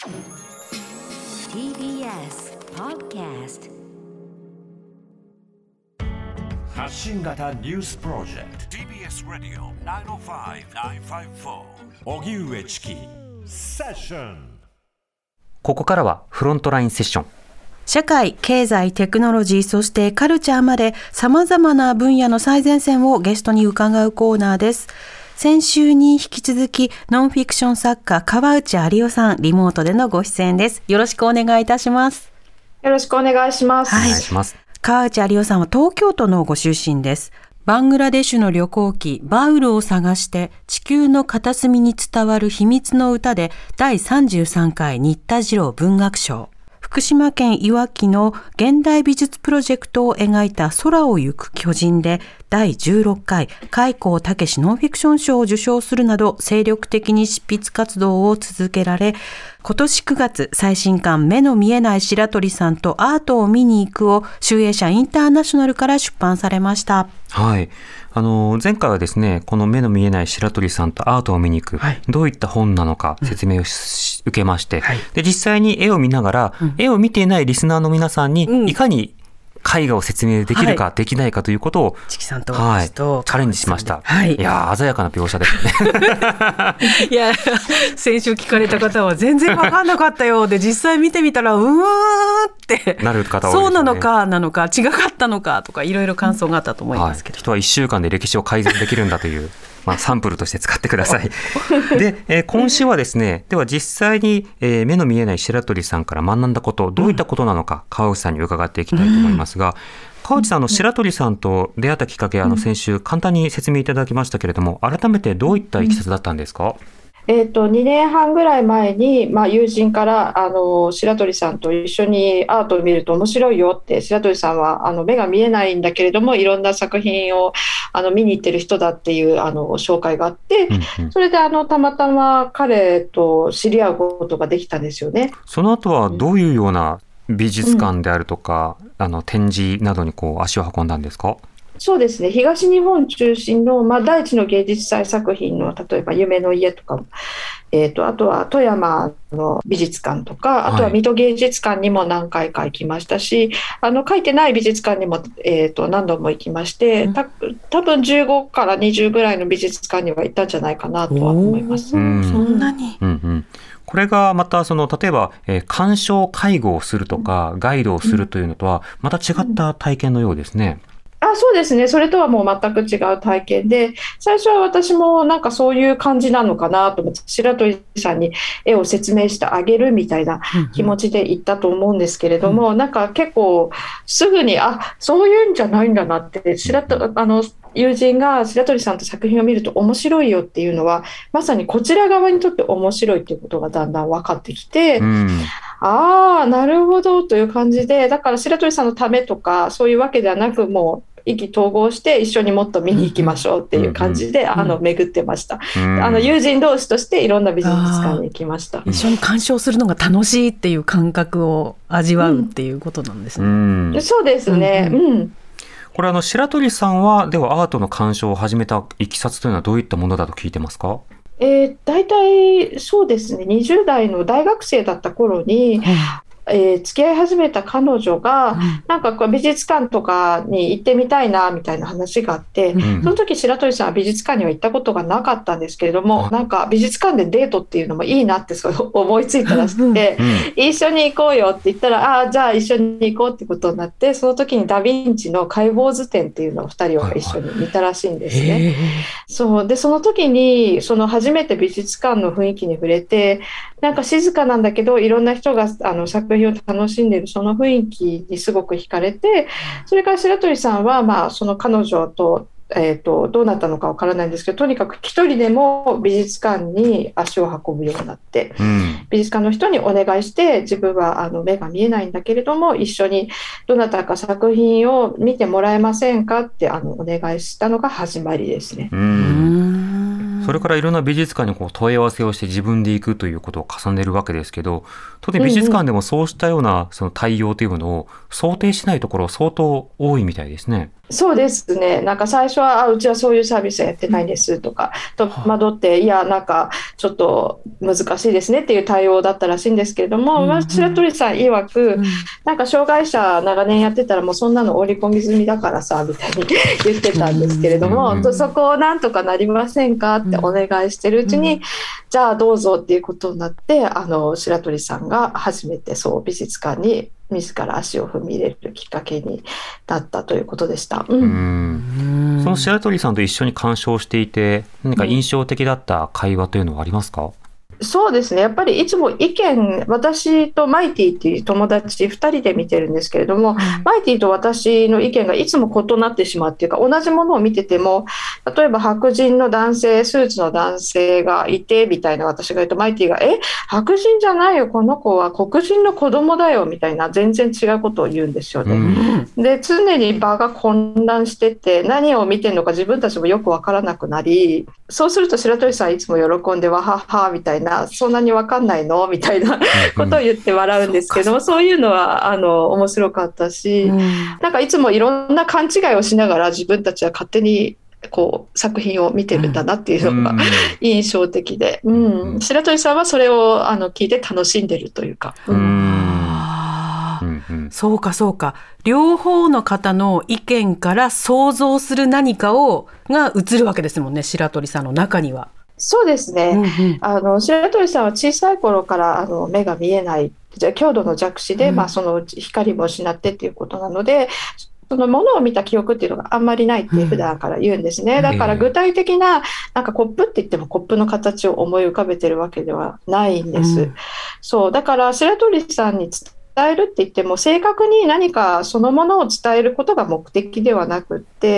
TBS Podcast 発信型ニュースプロジェクト TBS ラディオ905-954おぎゅうえちきセッション。 ここからはフロントラインセッション。 社会、経済、テクノロジー、そしてカルチャーまで様々な分野の最前線をゲストに伺うコーナーです。先週に引き続きノンフィクション作家川内有夫さん、リモートでのご出演です。よろしくお願いいたします。 よろしくお願いします。 はい、 お願いします。 川内有夫さんは東京都のご出身です。バングラデシュの旅行記バウルを探して地球の片隅に伝わる秘密の歌で第33回新田次郎文学賞、福島県いわきの現代美術プロジェクトを描いた空を行く巨人で第16回開高武ノンフィクション賞を受賞するなど精力的に執筆活動を続けられ、今年9月最新刊目の見えない白鳥さんとアートを見に行くを集英社インターナショナルから出版されました。 はい。前回はですね、この目の見えない白鳥さんとアートを見に行く、はい、どういった本なのか説明を受けまして、はい、で実際に絵を見ながら、絵を見ていないリスナーの皆さんに、いかに絵画を説明できるか、できないかということを、 チキさんとチャレンジしました。いや鮮やかな描写ですね。 いや、先週聞かれた方は全然分かんなかったよで、実際見てみたらってなる方多いですよね。 そうなのか違かったのかとかいろいろ感想があったと思いますけど、 人は1週間で歴史を改善できるんだというサンプルとして使ってください。で、今週はですね、では実際に、目の見えない白鳥さんから学んだこと、どういったことなのか、川内さんに伺っていきたいと思いますが、川内さん、白鳥さんと出会ったきっかけ、先週簡単に説明いただきましたけれども、改めてどういったいきさつだったんですか？ 2年半ぐらい前に、友人から白鳥さんと一緒にアートを見ると面白いよって、白鳥さんは目が見えないんだけれどもいろんな作品を見に行ってる人だっていう紹介があって、それでたまたま彼と知り合うことができたんですよね。 その後はどういうような美術館であるとか、展示などに足を運んだんですか？ そうですね、東日本中心の、第一の芸術祭作品の例えば夢の家とか、あとは富山の美術館とか、あとは水戸芸術館にも何回か行きましたし、書いてない美術館にも、何度も行きまして、多分15から20ぐらいの美術館には行ったんじゃないかなとは思います。 そんなに、 これがまた例えば、鑑賞介護をするとかガイドをするというのとはまた違った体験のようですね。 そうですね、それとはもう全く違う体験で、最初は私もなんかそういう感じなのかなと思って、白鳥さんに絵を説明してあげるみたいな気持ちで行ったと思うんですけれども、なんか結構すぐにそういうんじゃないんだなって、友人が白鳥さんと作品を見ると面白いよっていうのはまさにこちら側にとって面白いっていうことがだんだん分かってきて、なるほどという感じで、だから白鳥さんのためとかそういうわけではなく、もう意気投合して一緒にもっと見に行きましょうっていう感じで巡ってました。友人同士としていろんな美術館に行きました。 一緒に鑑賞するのが楽しいっていう感覚を味わうっていうことなんですね。 そうですね。 これ白鳥さんはではアートの鑑賞を始めたいきさつというのはどういったものだと聞いてますか？ 大体そうですね、20代の大学生だった頃に、付き合い始めた彼女が、なんか美術館とかに行ってみたいなみたいな話があって、その時白鳥さんは美術館には行ったことがなかったんですけれども、なんか美術館でデートっていうのもいいなって思いついたらしくて、一緒に行こうよって言ったら、じゃあ一緒に行こうってことになって、その時にダ・ヴィンチの解剖図展っていうのを2人は一緒に見たらしいんですね。そうで、その時に初めて美術館の雰囲気に触れて、なんか静かなんだけどいろんな人が作品を楽しんでいるその雰囲気にすごく惹かれて、それから白鳥さんは、その彼女と、どうなったのかわからないんですけど、とにかく一人でも美術館に足を運ぶようになって、美術館の人にお願いして、自分は目が見えないんだけれども一緒にどなたか作品を見てもらえませんかってお願いしたのが始まりですね。 それからいろんな美術館に問い合わせをして自分で行くということを重ねるわけですけど、当然美術館でもそうしたようなその対応というものを想定しないところ相当多いみたいですね。 そうですね。なんか最初はうちはそういうサービスはやってないんですとか戸惑って、いやなんかちょっと難しいですねっていう対応だったらしいんですけれども、白鳥さん曰く、なんか障害者長年やってたらもうそんなの織り込み済みだからさみたいに言ってたんですけれども、そこをなんとかなりませんかってお願いしてるうちに、じゃあどうぞっていうことになって、白鳥さんが初めてそう美術館に自ら足を踏み入れるきっかけになったということでした。その白鳥さんと一緒に鑑賞していて何か印象的だった会話というのはありますか？ そうですね、やっぱりいつも私とマイティっていう友達2人で見てるんですけれども、マイティと私の意見がいつも異なってしまうっていうか、同じものを見てても、例えば白人の男性、スーツの男性がいてみたいな私が言うと、マイティが白人じゃないよ、この子は黒人の子供だよみたいな全然違うことを言うんですよね。で常に場が混乱してて、何を見てるのか自分たちもよく分からなくなり、そうすると白鳥さんいつも喜んでわははみたいな、そんなに分かんないのみたいなことを言って笑うんですけど、そういうのは面白かったし、なんかいつもいろんな勘違いをしながら自分たちは勝手にこう作品を見てるんだなっていうのが印象的で、白鳥さんはそれを聞いて楽しんでるというか。 そうかそうか、両方の方の意見から想像する何かが映るわけですもんね、白鳥さんの中には。 そうですね、白鳥さんは小さい頃から目が見えない強度の弱視で、そのうち光も失ってっていうことなので、そのものを見た記憶っていうのがあんまりないって普段から言うんですね。だから具体的な、なんかコップって言ってもコップの形を思い浮かべてるわけではないんです。そうだから白鳥さんに伝えるって言っても正確に何かそのものを伝えることが目的ではなくって、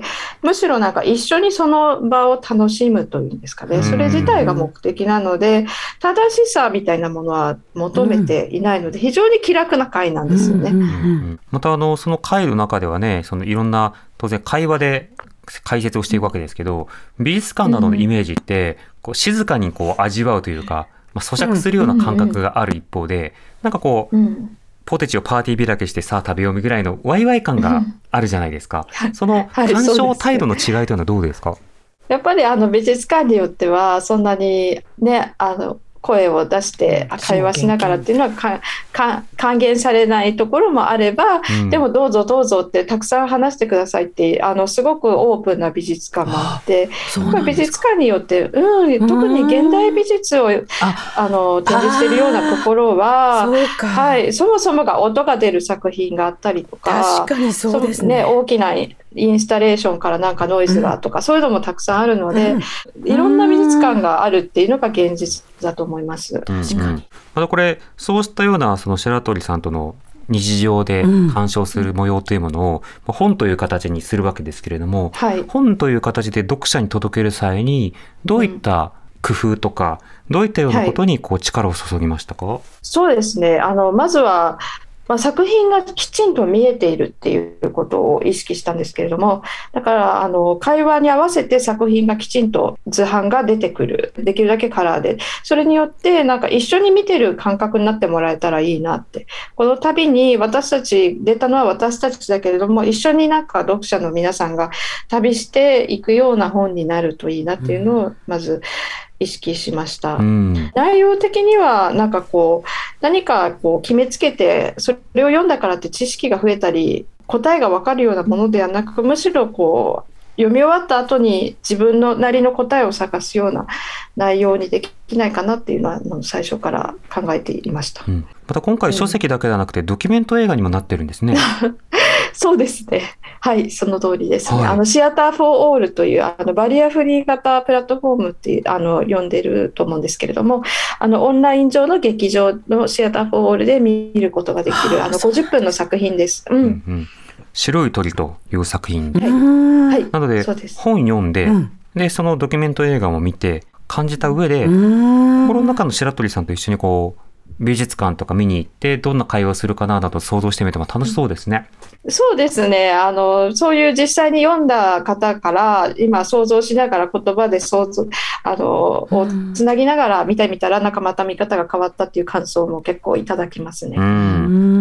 むしろなんか一緒にその場を楽しむというんですかね、それ自体が目的なので、正しさみたいなものは求めていないので、非常に気楽な会なんですよね。 またその会の中ではね、そのいろんな当然会話で解説をしていくわけですけど、美術館などのイメージってこう静かにこう味わうというか、咀嚼するような感覚がある一方で、なんかこう、ポテチをパーティー開けしてさあ食べようみぐらいのワイワイ感があるじゃないですか。その鑑賞態度の違いというのはどうですか？ やっぱり美術館によってはそんなにね、声を出して会話しながらっていうのは還元されないところもあれば、でもどうぞどうぞってたくさん話してくださいってすごくオープンな美術館もあって、美術館によって、特に現代美術を展示しているようなところは、そもそもが音が出る作品があったりとか、 確かにそうですね、 大きなインスタレーションからなんかノイズがとか、そういうのもたくさんあるので、いろんな美術館があるっていうのが現実だと思います。確かに。またこれそうしたようなその白鳥さんとの日常で鑑賞する模様というものを本という形にするわけですけれども、本という形で読者に届ける際にどういった工夫とか、どういったようなことにこう力を注ぎましたか？ そうですね、まずは作品がきちんと見えているっていうことを意識したんですけれども、だから会話に合わせて作品がきちんと図版が出てくる、できるだけカラーで、それによってなんか一緒に見てる感覚になってもらえたらいいなって、この度に私たち出たのは私たちだけれども、一緒になんか読者の皆さんが旅していくような本になるといいなっていうのをまず意識しました。内容的にはなんかこう何かこう決めつけてそれを読んだからって知識が増えたり答えが分かるようなものではなく、むしろこう読み終わった後に自分のなりの答えを探すような内容にできないかなっていうのは最初から考えていました。 また今回書籍だけではなくてドキュメント映画にもなってるんですね。 そうですね、はい、その通りですね。シアター・フォー・オールというバリアフリー型プラットフォームって呼んでると思うんですけれども、オンライン上の劇場のシアター・フォー・オールで見ることができる50分の作品です。 白い鳥という作品、なので本読んで、でそのドキュメント映画も見て感じた上で、心の中の白鳥さんと一緒にこう美術館とか見に行ってどんな会話をするかななど想像してみても楽しそうですね。 そうですね、そういう実際に読んだ方から今想像しながら言葉で想像をつなぎながら見てみたら、なんかまた見方が変わったっていう感想も結構いただきますね。 というわ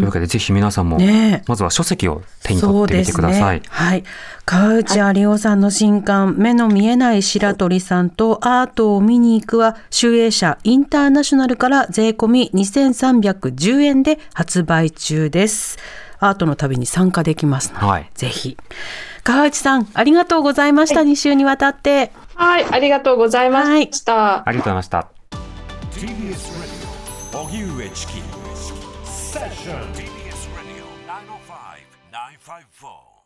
わけでぜひ皆さんもまずは書籍を手に取ってみてください。 はい、川内有夫さんの新刊、目の見えない白鳥さんとアートを見に行くは、集英社インターナショナルから税込み2310円で発売中です。アートの旅に参加できますので、ぜひ。川内さん、ありがとうございました。2週にわたって。 はい、ありがとうございました。 ありがとうございました。 TBS Radio 荻上チキセッション TBS Radio 905-954